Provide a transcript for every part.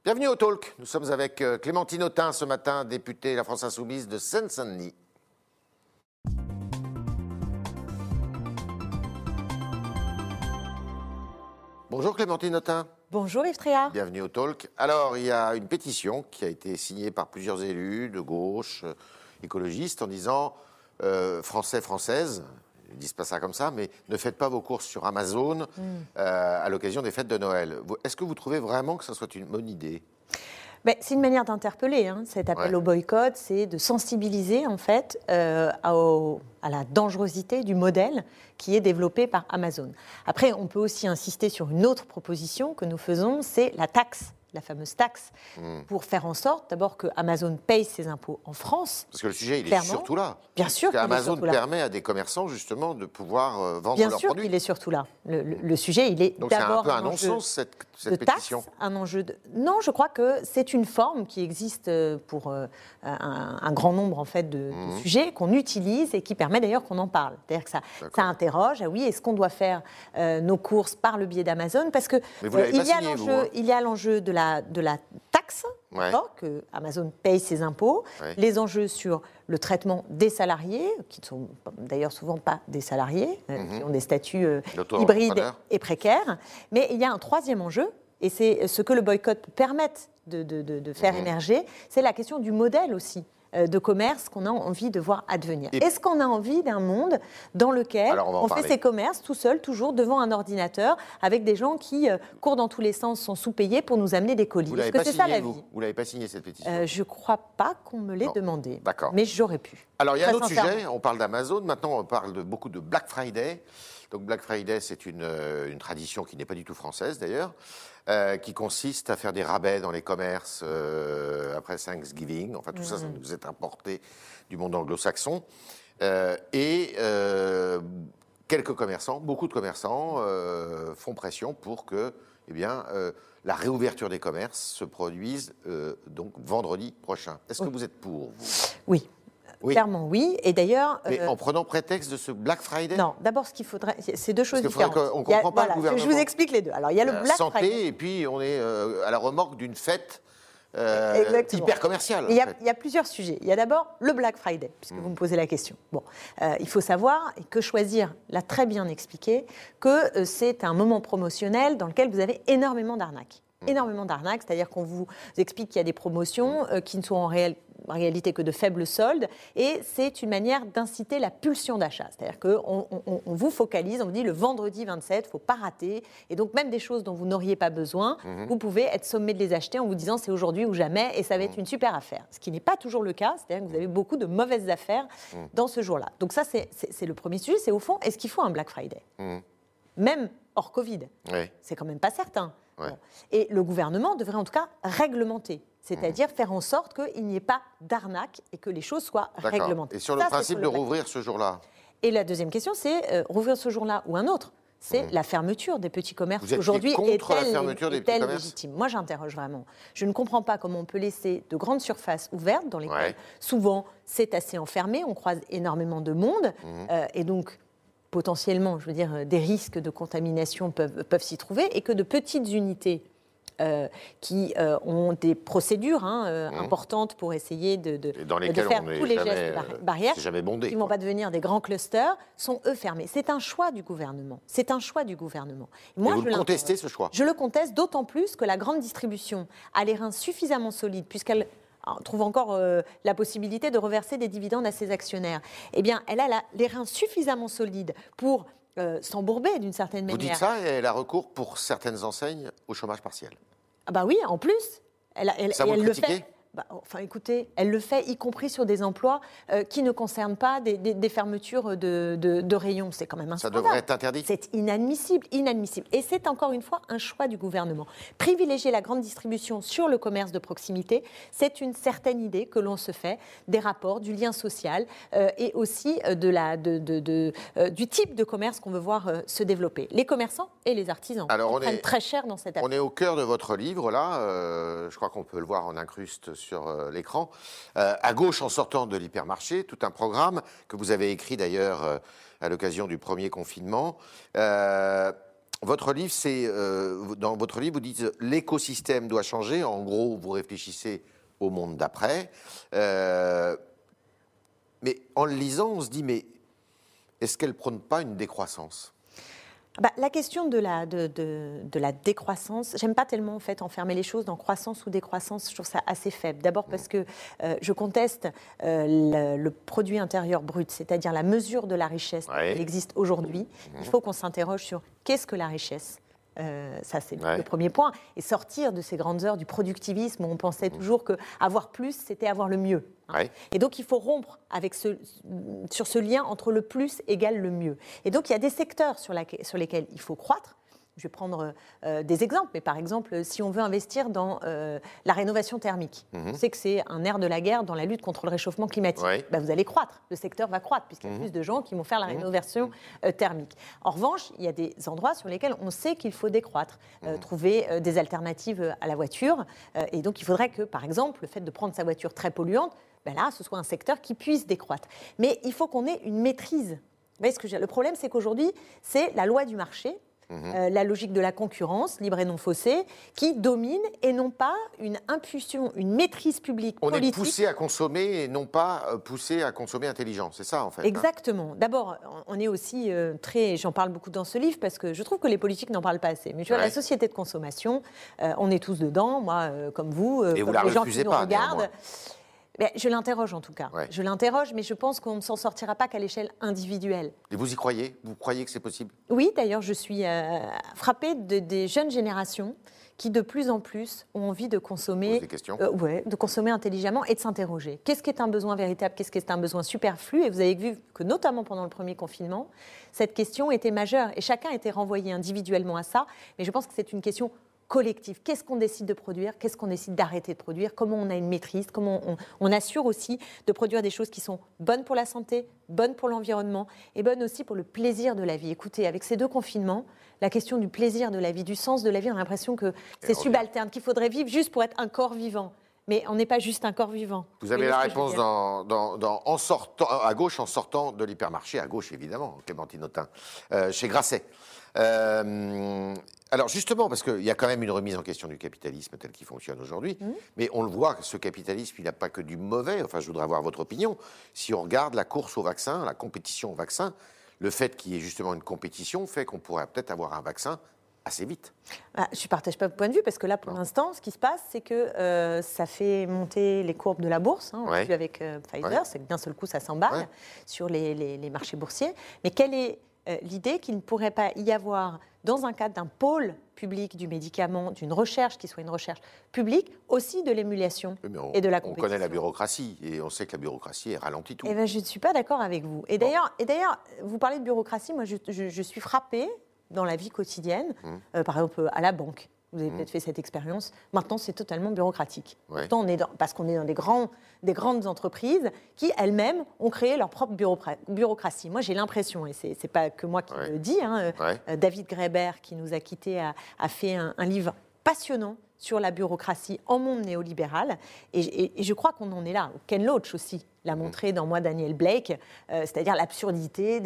Bienvenue au Talk. Nous sommes avec Clémentine Autain ce matin, députée La France Insoumise de Seine-Saint-Denis. Bonjour Clémentine Autain. Bonjour Yves Tréhard. Bienvenue au Talk. Alors, il y a une pétition qui a été signée par plusieurs élus de gauche, écologistes, en disant Français, Françaises, ils ne disent pas ça comme ça, mais ne faites pas vos courses sur Amazon à l'occasion des fêtes de Noël. Est-ce que vous trouvez vraiment que ça soit une bonne idée ? C'est une manière d'interpeller. Cet appel au boycott, c'est de sensibiliser en fait à la dangerosité du modèle qui est développé par Amazon. Après, on peut aussi insister sur une autre proposition que nous faisons, c'est la taxe. La fameuse taxe, pour faire en sorte d'abord que Amazon paye ses impôts en France. Parce que le sujet, il est surtout là. Bien sûr qu'il est Amazon surtout là. permet à des commerçants, justement, de pouvoir vendre leurs produits. Bien sûr qu'il est surtout là. Le sujet, il est donc d'abord c'est un peu un non-sens, cette pétition. Taxe, un enjeu de... Non, je crois que c'est une forme qui existe pour un grand nombre en fait, de sujets qu'on utilise et qui permet d'ailleurs qu'on en parle. C'est-à-dire que ça interroge, oui, est-ce qu'on doit faire nos courses par le biais d'Amazon ? Parce que il y a l'enjeu de la taxe, que Amazon paye ses impôts, les enjeux sur le traitement des salariés, qui ne sont d'ailleurs souvent pas des salariés, qui ont des statuts hybrides et précaires. Mais il y a un troisième enjeu, et c'est ce que le boycott peut permettre de faire émerger, c'est la question du modèle aussi de commerce qu'on a envie de voir advenir. Est-ce qu'on a envie d'un monde dans lequel on fait ses commerces tout seul, toujours devant un ordinateur, avec des gens qui courent dans tous les sens, sont sous-payés pour nous amener des colis ? Est-ce que c'est ça la vie ? Vous l'avez pas signé cette pétition ? Je ne crois pas qu'on me l'ait demandé. D'accord. Mais j'aurais pu. Alors il y a un autre sujet, on parle d'Amazon, maintenant on parle beaucoup de Black Friday. Donc Black Friday, c'est une tradition qui n'est pas du tout française d'ailleurs, qui consiste à faire des rabais dans les commerces après Thanksgiving. Enfin, tout ça, ça nous est importé du monde anglo-saxon. Quelques commerçants, beaucoup de commerçants, font pression pour que la réouverture des commerces se produise donc vendredi prochain. Est-ce que vous êtes pour, vous ? Oui. Clairement, oui. Et d'ailleurs... Mais en prenant prétexte de ce Black Friday ? Non, d'abord, ce qu'il faudrait... C'est deux choses différentes. On ne comprend pas le gouvernement. Je vous explique les deux. Alors, il y a le Black santé, Friday. Et puis, on est à la remorque d'une fête hyper commerciale. Il y a plusieurs sujets. Il y a d'abord le Black Friday, puisque vous me posez la question. Bon, il faut savoir, et que Choisir l'a très bien expliqué, que c'est un moment promotionnel dans lequel vous avez énormément d'arnaques. Énormément d'arnaques, c'est-à-dire qu'on vous explique qu'il y a des promotions qui ne sont en réalité que de faibles soldes, et c'est une manière d'inciter la pulsion d'achat. C'est-à-dire qu'on vous focalise, on vous dit le vendredi 27, il ne faut pas rater, et donc même des choses dont vous n'auriez pas besoin, vous pouvez être sommé de les acheter en vous disant c'est aujourd'hui ou jamais, et ça va être une super affaire. Ce qui n'est pas toujours le cas, c'est-à-dire que vous avez beaucoup de mauvaises affaires dans ce jour-là. Donc ça, c'est le premier sujet, c'est au fond, est-ce qu'il faut un Black Friday ? Même hors Covid, c'est quand même pas certain. Bon. Et le gouvernement devrait en tout cas réglementer, c'est-à-dire faire en sorte qu'il n'y ait pas d'arnaque et que les choses soient réglementées. Et sur le principe de rouvrir ce jour-là ? Et la deuxième question, c'est rouvrir ce jour-là ou un autre. C'est la fermeture des petits commerces aujourd'hui. Vous êtes contre la fermeture des petits commerces ? Légitime. Moi, j'interroge vraiment. Je ne comprends pas comment on peut laisser de grandes surfaces ouvertes dans lesquelles souvent c'est assez enfermé, on croise énormément de monde et donc potentiellement, je veux dire, des risques de contamination peuvent s'y trouver, et que de petites unités qui ont des procédures importantes pour essayer de faire tous les gestes barrières, bondé, qui ne vont pas devenir des grands clusters, sont eux fermés. C'est un choix du gouvernement. C'est un choix du gouvernement. Moi, vous contestez ce choix ? Je le conteste, d'autant plus que la grande distribution a les reins suffisamment solides, puisqu'elle trouve encore la possibilité de reverser des dividendes à ses actionnaires. Eh bien, elle a les reins suffisamment solides pour s'embourber d'une certaine manière. Vous dites ça, et elle a recours pour certaines enseignes au chômage partiel. Ah bah oui, en plus. Ça vous le critiquez ? Enfin, écoutez, elle le fait, y compris sur des emplois qui ne concernent pas des fermetures de rayons. C'est quand même un scandale. Ça devrait être interdit. C'est inadmissible, inadmissible. Et c'est encore une fois un choix du gouvernement. Privilégier la grande distribution sur le commerce de proximité, c'est une certaine idée que l'on se fait des rapports, du lien social et aussi du type de commerce qu'on veut voir se développer. Les commerçants et les artisans prennent très cher dans cette affaire. On est au cœur de votre livre, là. Je crois qu'on peut le voir en incruste sur l'écran. À gauche, en sortant de l'hypermarché, tout un programme que vous avez écrit d'ailleurs à l'occasion du premier confinement. Votre livre, dans votre livre, vous dites l'écosystème doit changer. En gros, vous réfléchissez au monde d'après. Mais en le lisant, on se dit, mais est-ce qu'elle ne prône pas une décroissance ? La question de la décroissance, j'aime pas tellement en fait enfermer les choses dans croissance ou décroissance, je trouve ça assez faible. D'abord parce que je conteste le produit intérieur brut, c'est-à-dire la mesure de la richesse qui existe aujourd'hui. Il faut qu'on s'interroge sur qu'est-ce que la richesse. Ça, c'est le premier point. Et sortir de ces grandes heures du productivisme où on pensait toujours qu'avoir plus, c'était avoir le mieux. Et donc, il faut rompre sur ce lien entre le plus égale le mieux. Et donc, il y a des secteurs sur lesquels il faut croître. Je vais prendre des exemples, mais par exemple, si on veut investir dans la rénovation thermique, on sait que c'est un nerf de la guerre dans la lutte contre le réchauffement climatique. Vous allez croître, le secteur va croître, puisqu'il y a plus de gens qui vont faire la rénovation thermique. En revanche, il y a des endroits sur lesquels on sait qu'il faut décroître, trouver des alternatives à la voiture. Et donc, il faudrait que, par exemple, le fait de prendre sa voiture très polluante, là, ce soit un secteur qui puisse décroître. Mais il faut qu'on ait une maîtrise. Vous voyez ce que le problème, c'est qu'aujourd'hui, c'est la loi du marché, la logique de la concurrence, libre et non faussée, qui domine et non pas une impulsion, une maîtrise publique politique. On est poussé à consommer et non pas poussé à consommer intelligent, c'est ça en fait. Exactement. D'abord, on est aussi j'en parle beaucoup dans ce livre parce que je trouve que les politiques n'en parlent pas assez. Mais tu vois, la société de consommation, on est tous dedans, moi comme vous, et comme vous les gens qui nous regardent. Néanmoins. Je l'interroge en tout cas. Je l'interroge, mais je pense qu'on ne s'en sortira pas qu'à l'échelle individuelle. Et vous y croyez ? Vous croyez que c'est possible ? Oui, d'ailleurs, je suis frappée des jeunes générations qui, de plus en plus, ont envie de consommer, de consommer intelligemment et de s'interroger. Qu'est-ce qui est un besoin véritable ? Qu'est-ce qui est un besoin superflu ? Et vous avez vu que, notamment pendant le premier confinement, cette question était majeure. Et chacun était renvoyé individuellement à ça. Mais je pense que c'est une question collectif. Qu'est-ce qu'on décide de produire ? Qu'est-ce qu'on décide d'arrêter de produire ? Comment on a une maîtrise ? Comment on assure aussi de produire des choses qui sont bonnes pour la santé, bonnes pour l'environnement et bonnes aussi pour le plaisir de la vie. Écoutez, avec ces deux confinements, la question du plaisir de la vie, du sens de la vie, on a l'impression que c'est subalterne, qu'il faudrait vivre juste pour être un corps vivant. Mais on n'est pas juste un corps vivant. Vous avez la réponse en sortant, à gauche, en sortant de l'hypermarché, à gauche évidemment, Clémentine Autain, chez Grasset. Alors justement, parce qu'il y a quand même une remise en question du capitalisme tel qu'il fonctionne aujourd'hui, mais on le voit, ce capitalisme, il n'a pas que du mauvais. Enfin, je voudrais avoir votre opinion. Si on regarde la course au vaccin, la compétition au vaccin, le fait qu'il y ait justement une compétition fait qu'on pourrait peut-être avoir un vaccin assez vite. Je ne partage pas votre point de vue, parce que là, pour l'instant, ce qui se passe, c'est que ça fait monter les courbes de la bourse. On l'a vu avec Pfizer, c'est que d'un seul coup, ça s'emballe sur les marchés boursiers. Mais quelle est l'idée qu'il ne pourrait pas y avoir, dans un cadre d'un pôle public du médicament, d'une recherche qui soit une recherche publique, aussi de l'émulation et de la compétition. On connaît la bureaucratie, et on sait que la bureaucratie, elle ralentit tout. Eh bien, je ne suis pas d'accord avec vous. Et d'ailleurs, vous parlez de bureaucratie, moi, je suis frappée dans la vie quotidienne, par exemple à la banque. Vous avez peut-être fait cette expérience. Maintenant, c'est totalement bureaucratique. Pourtant, parce qu'on est dans des grandes entreprises qui, elles-mêmes, ont créé leur propre bureaucratie. Moi, j'ai l'impression, et ce n'est pas que moi qui le dis, David Graeber, qui nous a quittés, a fait un livre passionnant sur la bureaucratie en monde néolibéral. Et je crois qu'on en est là. Ken Loach aussi l'a montré dans Moi, Daniel Blake, c'est-à-dire l'absurdité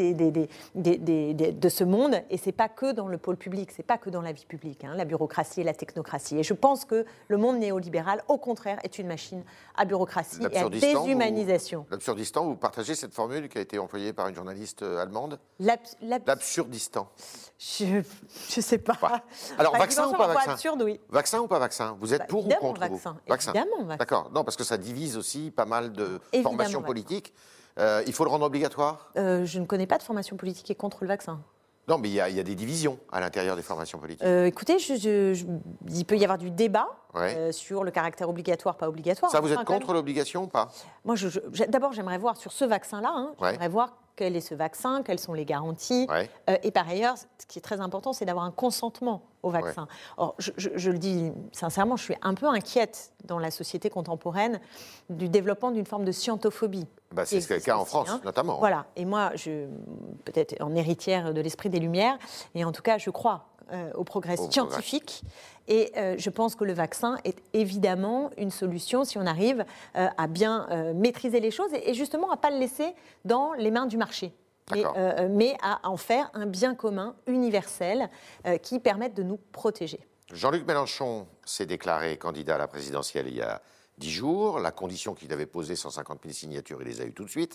de ce monde. Et ce n'est pas que dans le pôle public, ce n'est pas que dans la vie publique, la bureaucratie et la technocratie. Et je pense que le monde néolibéral, au contraire, est une machine à bureaucratie et à déshumanisation. L'absurdistan, vous partagez cette formule qui a été employée par une journaliste allemande ? L'absurdistan. Je ne sais pas. Alors, vaccin ou pas vaccin ? Absurde, oui. Vaccin ou pas vaccin ? Vous êtes pour ou contre vaccin. Vaccin. Évidemment, vaccin. D'accord. Non, parce que ça divise aussi pas mal de formations politiques. Il faut le rendre obligatoire ? Je ne connais pas de formation politique qui est contre le vaccin. Non, mais il y a des divisions à l'intérieur des formations politiques. Écoutez, il peut y avoir du débat sur le caractère obligatoire, pas obligatoire. Ça, vous êtes contre l'obligation ou pas ? Moi, d'abord, j'aimerais voir sur ce vaccin-là, j'aimerais voir quel est ce vaccin, quelles sont les garanties. Et par ailleurs, ce qui est très important, c'est d'avoir un consentement au vaccin. Or, je le dis sincèrement, je suis un peu inquiète dans la société contemporaine du développement d'une forme de scientophobie. C'est le cas en France, notamment. Voilà. Et moi, peut-être en héritière de l'esprit des Lumières, et en tout cas, je crois au progrès scientifique. Et je pense que le vaccin est évidemment une solution si on arrive à bien maîtriser les choses et justement à ne pas le laisser dans les mains du marché. mais à en faire un bien commun universel qui permette de nous protéger. Jean-Luc Mélenchon s'est déclaré candidat à la présidentielle il y a 10 jours. La condition qu'il avait posée, 150 000 signatures, il les a eues tout de suite.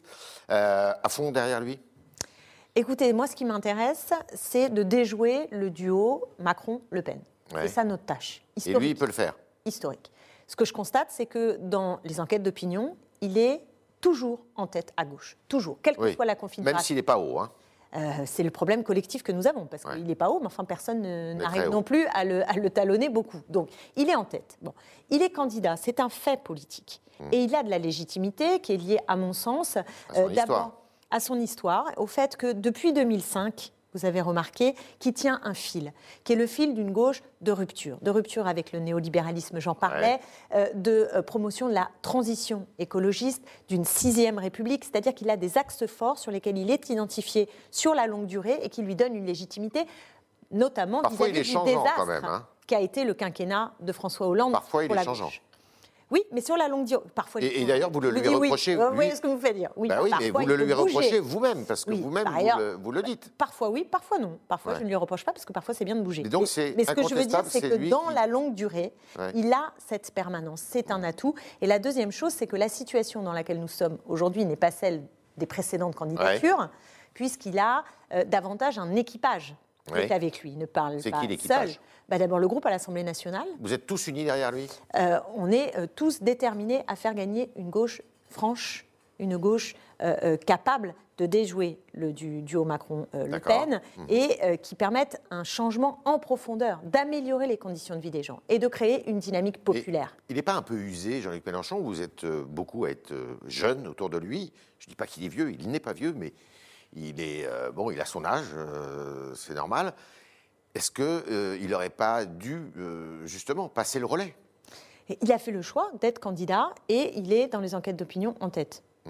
À fond derrière lui? Écoutez, moi, ce qui m'intéresse, c'est de déjouer le duo Macron-Le Pen. Ouais. C'est ça notre tâche. Et lui, il peut le faire. Historique. Ce que je constate, c'est que dans les enquêtes d'opinion, il est toujours en tête à gauche. Toujours, quelle que soit la configuration. Même s'il n'est pas haut, hein. C'est le problème collectif que nous avons, parce qu'il n'est pas haut, mais enfin, personne n'arrive non plus à le talonner beaucoup. Donc, il est en tête. Bon. Il est candidat, c'est un fait politique. Et il a de la légitimité qui est liée, à mon sens, d'abord à son histoire, au fait que depuis 2005, vous avez remarqué, qui tient un fil, qui est le fil d'une gauche de rupture avec le néolibéralisme, j'en parlais, de promotion de la transition écologiste, d'une 6e République, c'est-à-dire qu'il a des axes forts sur lesquels il est identifié sur la longue durée et qui lui donnent une légitimité, notamment vis-à-vis du désastre qu'a été le quinquennat de François Hollande. Parfois, il est changeant. Oui, mais sur la longue durée, parfois... Et d'ailleurs, vous le lui reprochez... Oui, vous voyez ce que vous faites dire. Oui, mais vous le lui reprochez vous-même, parce que vous-même, vous le dites. Parfois oui, parfois non. Parfois, je ne lui reproche pas, parce que parfois, c'est bien de bouger. Mais ce que je veux dire, c'est que dans la longue durée, il a cette permanence. C'est un atout. Et la deuxième chose, c'est que la situation dans laquelle nous sommes aujourd'hui n'est pas celle des précédentes candidatures, puisqu'il a davantage un équipage qui est avec lui. Il ne parle pas seul. D'abord, le groupe à l'Assemblée nationale. Vous êtes tous unis derrière lui? On est tous déterminés à faire gagner une gauche franche, une gauche capable de déjouer le duo Macron-Le Pen et qui permette un changement en profondeur, d'améliorer les conditions de vie des gens et de créer une dynamique populaire. Et il n'est pas un peu usé, Jean-Luc Mélenchon? Vous êtes beaucoup à être jeune autour de lui. Je ne dis pas qu'il est vieux, il n'est pas vieux, mais il est il a son âge, c'est normal. Est-ce qu'il n'aurait pas dû, justement, passer le relais? Il a fait le choix d'être candidat et il est dans les enquêtes d'opinion en tête. Je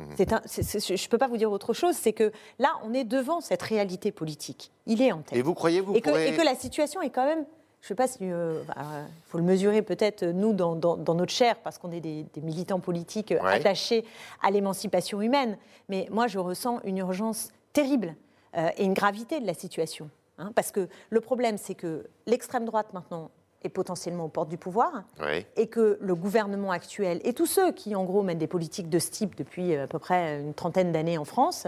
ne peux pas vous dire autre chose, c'est que là, on est devant cette réalité politique. Il est en tête. Et vous croyez et que la situation est quand même... Je ne sais pas si... faut le mesurer peut-être, nous, dans notre chair, parce qu'on est des militants politiques attachés à l'émancipation humaine. Mais moi, je ressens une urgence terrible et une gravité de la situation. Parce que le problème, c'est que l'extrême droite, maintenant, est potentiellement aux portes du pouvoir, et que le gouvernement actuel, et tous ceux qui, en gros, mènent des politiques de ce type depuis à peu près une trentaine d'années en France,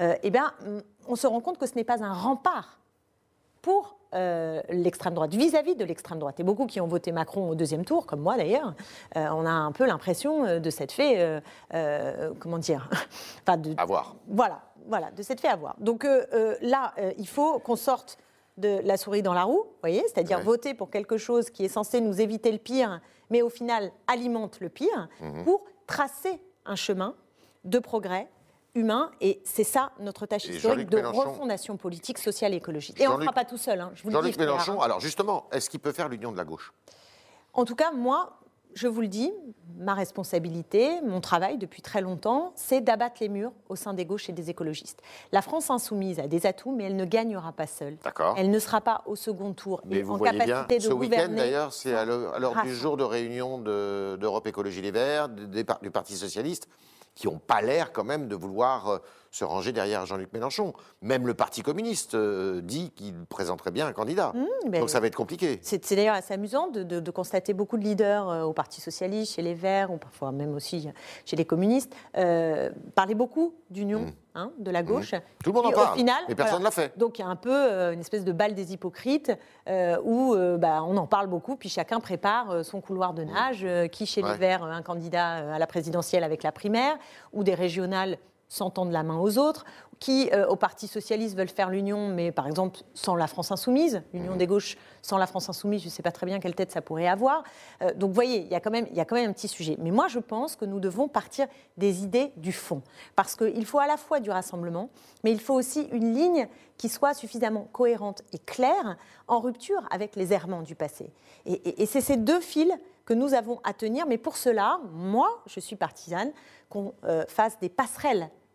on se rend compte que ce n'est pas un rempart pour l'extrême droite, vis-à-vis de l'extrême droite. Et beaucoup qui ont voté Macron au deuxième tour, comme moi d'ailleurs, on a un peu l'impression de s'être fait, comment dire, avoir. Voilà, de s'être fait avoir. Donc là, il faut qu'on sorte de la souris dans la roue, vous voyez, c'est-à-dire voter pour quelque chose qui est censé nous éviter le pire, mais au final alimente le pire, pour tracer un chemin de progrès humain. Et c'est ça notre tâche historique de refondation politique, sociale et écologique. Et on ne le fera pas tout seul, je vous le dis. Jean-Luc Mélenchon, alors justement, est-ce qu'il peut faire l'union de la gauche? En tout cas, moi, je vous le dis, ma responsabilité, mon travail depuis très longtemps, c'est d'abattre les murs au sein des gauches et des écologistes. La France insoumise a des atouts, mais elle ne gagnera pas seule. Elle ne sera pas au second tour et en capacité de gouverner. Ce week-end, d'ailleurs, c'est à l'heure du jour de réunion d'Europe Écologie Les Verts, du Parti Socialiste, qui n'ont pas l'air quand même de vouloir se ranger derrière Jean-Luc Mélenchon. Même le Parti communiste dit qu'il présenterait bien un candidat. Donc ça va être compliqué. C'est d'ailleurs assez amusant de constater beaucoup de leaders au Parti socialiste, chez les Verts, ou parfois même aussi chez les communistes, parler beaucoup d'union de la gauche. Tout le monde en parle, au final, mais personne ne l'a fait. Donc il y a un peu une espèce de bal des hypocrites où on en parle beaucoup, puis chacun prépare son couloir de nage, qui chez les Verts, un candidat à la présidentielle avec la primaire, ou des régionales s'entendent la main aux autres, qui, au Parti socialiste, veulent faire l'union, mais par exemple sans la France insoumise, l'union des gauches sans la France insoumise, je ne sais pas très bien quelle tête ça pourrait avoir. Donc vous voyez, il y a quand même un petit sujet. Mais moi, je pense que nous devons partir des idées du fond. Parce qu'il faut à la fois du rassemblement, mais il faut aussi une ligne qui soit suffisamment cohérente et claire, en rupture avec les errements du passé. Et c'est ces deux fils que nous avons à tenir. Mais pour cela, moi, je suis partisane qu'on fasse des passerelles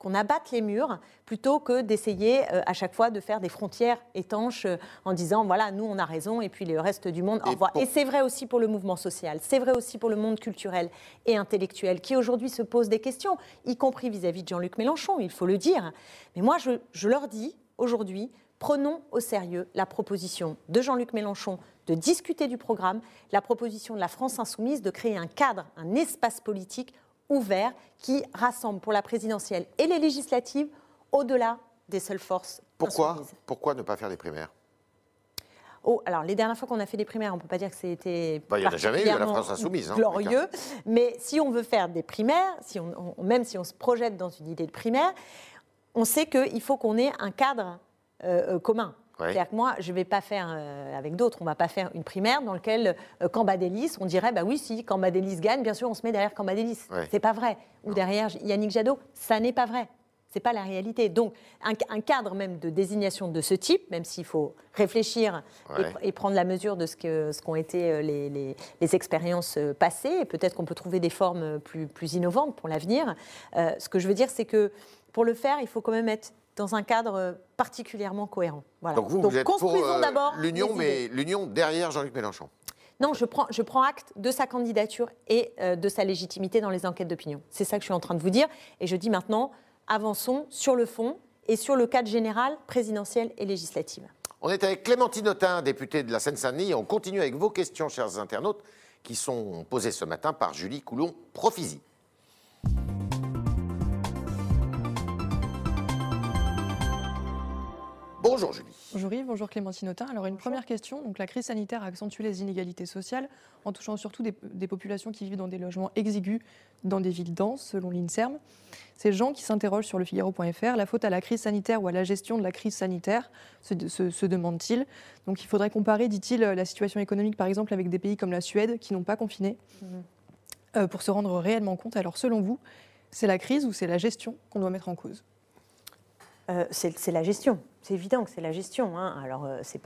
qu'on abatte les murs plutôt que d'essayer à chaque fois de faire des frontières étanches en disant voilà, nous on a raison et puis le reste du monde au revoir. Et c'est vrai aussi pour le mouvement social, c'est vrai aussi pour le monde culturel et intellectuel qui aujourd'hui se pose des questions, y compris vis-à-vis de Jean-Luc Mélenchon, il faut le dire. Mais moi je leur dis aujourd'hui, prenons au sérieux la proposition de Jean-Luc Mélenchon de discuter du programme, la proposition de la France insoumise de créer un cadre, un espace politique ouvert qui rassemble pour la présidentielle et les législatives au-delà des seules forces insoumises. Pourquoi ne pas faire des primaires ? Alors, les dernières fois qu'on a fait des primaires, on ne peut pas dire que c'était il n'y en a jamais eu à la France insoumise. Glorieux. Mais si on veut faire des primaires, même si on se projette dans une idée de primaire, on sait qu'il faut qu'on ait un cadre commun. C'est-à-dire que moi, je ne vais pas faire, avec d'autres, on ne va pas faire une primaire dans laquelle Cambadélis, on dirait, bah oui, si Cambadélis gagne, bien sûr, on se met derrière Cambadélis. Ouais. C'est pas vrai. Ou derrière Yannick Jadot, ça n'est pas vrai. C'est pas la réalité. Donc, un cadre même de désignation de ce type, même s'il faut réfléchir et prendre la mesure de ce qu'ont été les expériences passées, et peut-être qu'on peut trouver des formes plus innovantes pour l'avenir. Ce que je veux dire, c'est que pour le faire, il faut quand même être dans un cadre particulièrement cohérent. Voilà. Donc vous êtes pour l'union, mais l'union derrière Jean-Luc Mélenchon. Non, je prends acte de sa candidature et de sa légitimité dans les enquêtes d'opinion. C'est ça que je suis en train de vous dire. Et je dis maintenant, avançons sur le fond et sur le cadre général présidentiel et législatif. On est avec Clémentine Autain, députée de la Seine-Saint-Denis. On continue avec vos questions, chers internautes, qui sont posées ce matin par Julie Coulon-Profisi. Bonjour Julie. Bonjour Yves, bonjour Clémentine Autain. Alors une première question, donc la crise sanitaire a accentué les inégalités sociales en touchant surtout des populations qui vivent dans des logements exigus dans des villes denses, selon l'INSERM. Ces gens qui s'interrogent sur le Figaro.fr, la faute à la crise sanitaire ou à la gestion de la crise sanitaire, se demandent-ils. Donc il faudrait comparer, dit-il, la situation économique par exemple avec des pays comme la Suède qui n'ont pas confiné pour se rendre réellement compte. Alors selon vous, c'est la crise ou c'est la gestion qu'on doit mettre en cause ? C'est la gestion. C'est évident que c'est la gestion. Alors,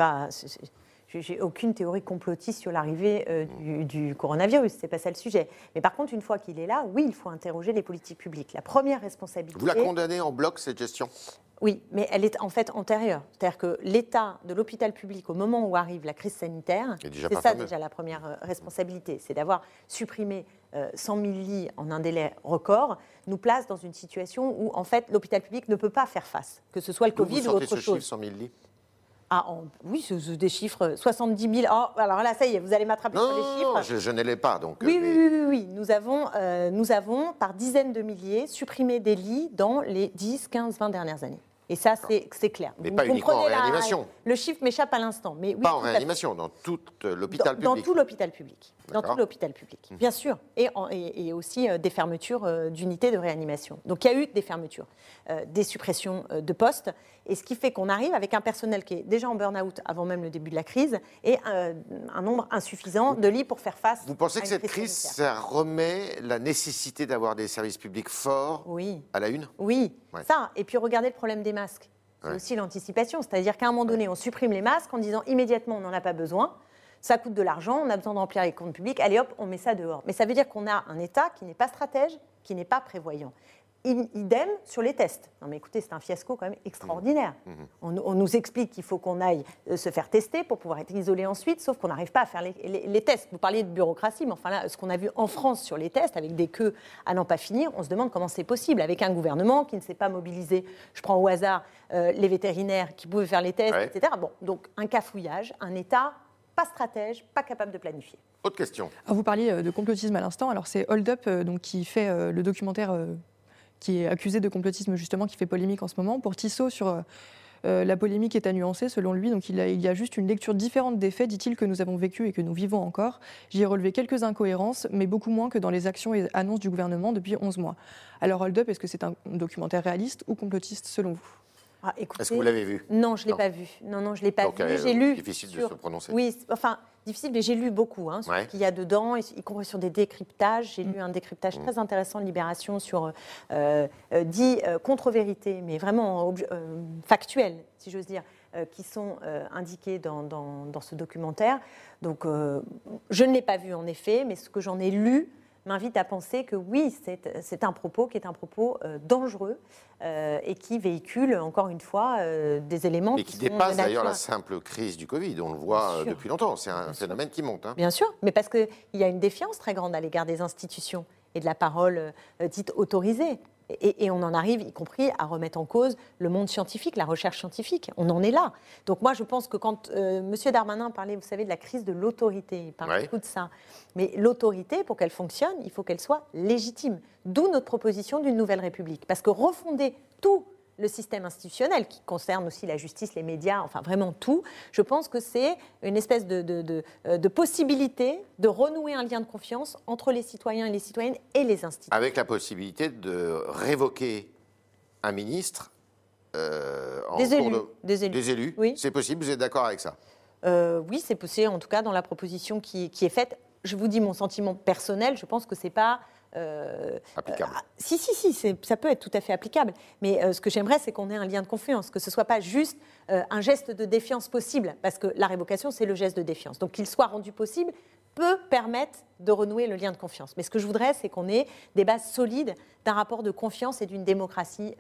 j'ai aucune théorie complotiste sur l'arrivée du coronavirus. C'est pas ça le sujet. Mais par contre, une fois qu'il est là, oui, il faut interroger les politiques publiques. La première responsabilité. Vous la condamnez en bloc, cette gestion ? Oui, mais elle est en fait antérieure. C'est-à-dire que l'état de l'hôpital public, au moment où arrive la crise sanitaire, c'est ça déjà la première responsabilité. C'est d'avoir supprimé 100 000 lits en un délai record, nous place dans une situation où, en fait, l'hôpital public ne peut pas faire face, que ce soit le Covid ou autre chose. Vous sortez ce chiffre, 100 000 lits ? Oui, c'est des chiffres, 70 000. Oh, alors là, ça y est, vous allez m'attraper sur les chiffres. Non, je ne l'ai pas. Donc, oui. Nous avons, par dizaines de milliers, supprimé des lits dans les 10, 15, 20 dernières années. Et ça, c'est clair. Mais vous pas uniquement en réanimation. Le chiffre m'échappe à l'instant. Mais oui, pas en réanimation, dans tout l'hôpital public. Dans tout l'hôpital public. Dans tout l'hôpital public, bien sûr. Et aussi des fermetures d'unités de réanimation. Donc il y a eu des fermetures, des suppressions de postes. Et ce qui fait qu'on arrive avec un personnel qui est déjà en burn-out avant même le début de la crise et un nombre insuffisant de lits pour faire face. Vous pensez que cette crise, ça remet la nécessité d'avoir des services publics forts à la une ? Oui, ça. Et puis regardez le problème des masques. C'est aussi l'anticipation. C'est-à-dire qu'à un moment donné, on supprime les masques en disant immédiatement on n'en a pas besoin. Ça coûte de l'argent, on a besoin de remplir les comptes publics. Allez hop, on met ça dehors. Mais ça veut dire qu'on a un État qui n'est pas stratège, qui n'est pas prévoyant. Idem sur les tests. Non mais écoutez, c'est un fiasco quand même extraordinaire. On nous explique qu'il faut qu'on aille se faire tester pour pouvoir être isolé ensuite, sauf qu'on n'arrive pas à faire les tests. Vous parliez de bureaucratie, mais enfin là, ce qu'on a vu en France sur les tests, avec des queues à n'en pas finir, on se demande comment c'est possible, avec un gouvernement qui ne s'est pas mobilisé, je prends au hasard les vétérinaires qui pouvaient faire les tests, etc. Bon, donc un cafouillage, un État pas stratège, pas capable de planifier. Autre question. Alors, vous parliez de complotisme à l'instant, alors c'est Hold Up qui fait le documentaire... qui est accusé de complotisme justement, qui fait polémique en ce moment. Pour Tissot, sur la polémique est à nuancer selon lui, donc il y a juste une lecture différente des faits, dit-il, que nous avons vécu et que nous vivons encore. J'y ai relevé quelques incohérences, mais beaucoup moins que dans les actions et annonces du gouvernement depuis 11 mois. Alors Hold Up, est-ce que c'est un documentaire réaliste ou complotiste selon vous ? Écoutez, est-ce que vous l'avez vu ? Non, je ne l'ai pas vu. Non, je ne l'ai pas vu. J'ai lu. Difficile de se prononcer. Oui, enfin, difficile, mais j'ai lu beaucoup sur ce qu'il y a dedans, y compris sur des décryptages. J'ai lu un décryptage très intéressant de Libération sur dit contre-vérité, mais vraiment factuel, si j'ose dire, qui sont indiqués dans ce documentaire. Donc, je ne l'ai pas vu en effet, mais ce que j'en ai lu m'invite à penser que oui, c'est un propos qui est un propos dangereux et qui véhicule, encore une fois, des éléments qui dépasse d'ailleurs la simple crise du Covid. On le voit depuis longtemps. C'est un phénomène qui monte. Bien sûr, mais parce qu'il y a une défiance très grande à l'égard des institutions et de la parole dite autorisée. Et on en arrive, y compris, à remettre en cause le monde scientifique, la recherche scientifique. On en est là. Donc moi, je pense que quand M. Darmanin parlait, vous savez, de la crise de l'autorité, il parle beaucoup de ça. Mais l'autorité, pour qu'elle fonctionne, il faut qu'elle soit légitime. D'où notre proposition d'une nouvelle République. Parce que refonder tout le système institutionnel, qui concerne aussi la justice, les médias, enfin vraiment tout, je pense que c'est une espèce de possibilité de renouer un lien de confiance entre les citoyens et les citoyennes et les institutions. Avec la possibilité de révoquer un ministre des élus. Oui. C'est possible, vous êtes d'accord avec ça? Oui, c'est possible, en tout cas dans la proposition qui est faite. Je vous dis mon sentiment personnel, je pense que c'est pas... applicable. Si, ça peut être tout à fait applicable. Mais ce que j'aimerais, c'est qu'on ait un lien de confiance, que ce ne soit pas juste un geste de défiance possible, parce que la révocation, c'est le geste de défiance. Donc qu'il soit rendu possible peut permettre de renouer le lien de confiance. Mais ce que je voudrais, c'est qu'on ait des bases solides d'un rapport de confiance et d'une démocratie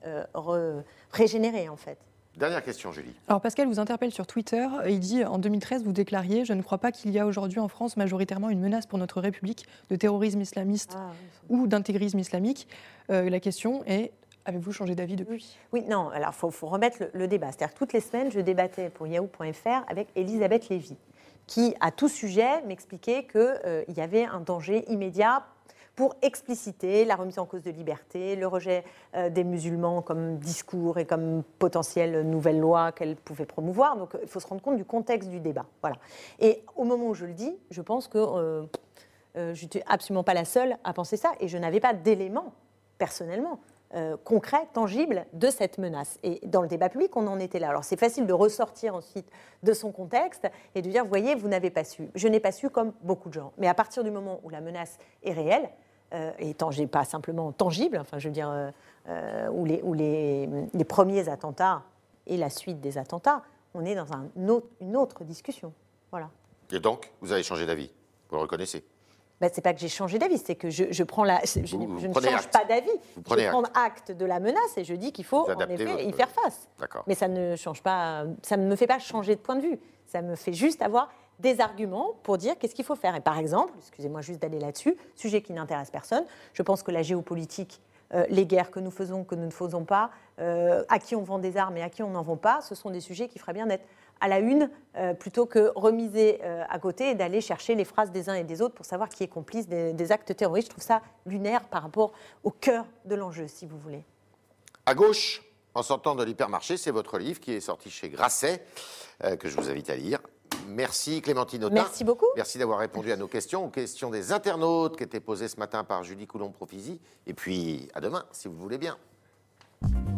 régénérée, en fait. Dernière question, Julie. Alors Pascal vous interpelle sur Twitter. Il dit, en 2013, vous déclariez « Je ne crois pas qu'il y a aujourd'hui en France majoritairement une menace pour notre République de terrorisme islamiste ou d'intégrisme islamique ». La question est, avez-vous changé d'avis depuis? Oui, non, alors il faut remettre le débat. C'est-à-dire que toutes les semaines, je débattais pour Yahoo.fr avec Elisabeth Lévy, qui, à tout sujet, m'expliquait qu'il y avait un danger immédiat pour expliciter la remise en cause de liberté, le rejet des musulmans comme discours et comme potentielle nouvelle loi qu'elle pouvait promouvoir. Donc il faut se rendre compte du contexte du débat. Voilà. Et au moment où je le dis, je pense que je n'étais absolument pas la seule à penser ça et je n'avais pas d'éléments, personnellement, concrets, tangibles de cette menace. Et dans le débat public, on en était là. Alors c'est facile de ressortir ensuite de son contexte et de dire, vous voyez, vous n'avez pas su. Je n'ai pas su comme beaucoup de gens. Mais à partir du moment où la menace est réelle, et pas simplement tangible, enfin, je veux dire, où les premiers attentats et la suite des attentats, on est dans une autre discussion. Voilà. Et donc, vous avez changé d'avis, vous le reconnaissez? C'est pas que j'ai changé d'avis, c'est que je prends je ne change pas d'avis. Je prends acte de la menace et je dis qu'il faut en effet y faire face. Mais ça ne change pas, ça ne me fait pas changer de point de vue. Ça me fait juste avoir des arguments pour dire qu'est-ce qu'il faut faire. Et par exemple, excusez-moi juste d'aller là-dessus, sujet qui n'intéresse personne, je pense que la géopolitique, les guerres que nous faisons, que nous ne faisons pas, à qui on vend des armes et à qui on n'en vend pas, ce sont des sujets qui feraient bien d'être à la une plutôt que remiser à côté et d'aller chercher les phrases des uns et des autres pour savoir qui est complice des actes terroristes. Je trouve ça lunaire par rapport au cœur de l'enjeu, si vous voulez. À gauche, en sortant de l'hypermarché, c'est votre livre qui est sorti chez Grasset, que je vous invite à lire. Merci Clémentine Autain. Merci beaucoup. Merci d'avoir répondu à nos questions, aux questions des internautes qui étaient posées ce matin par Julie Coulomb-Profisi. Et puis à demain, si vous le voulez bien.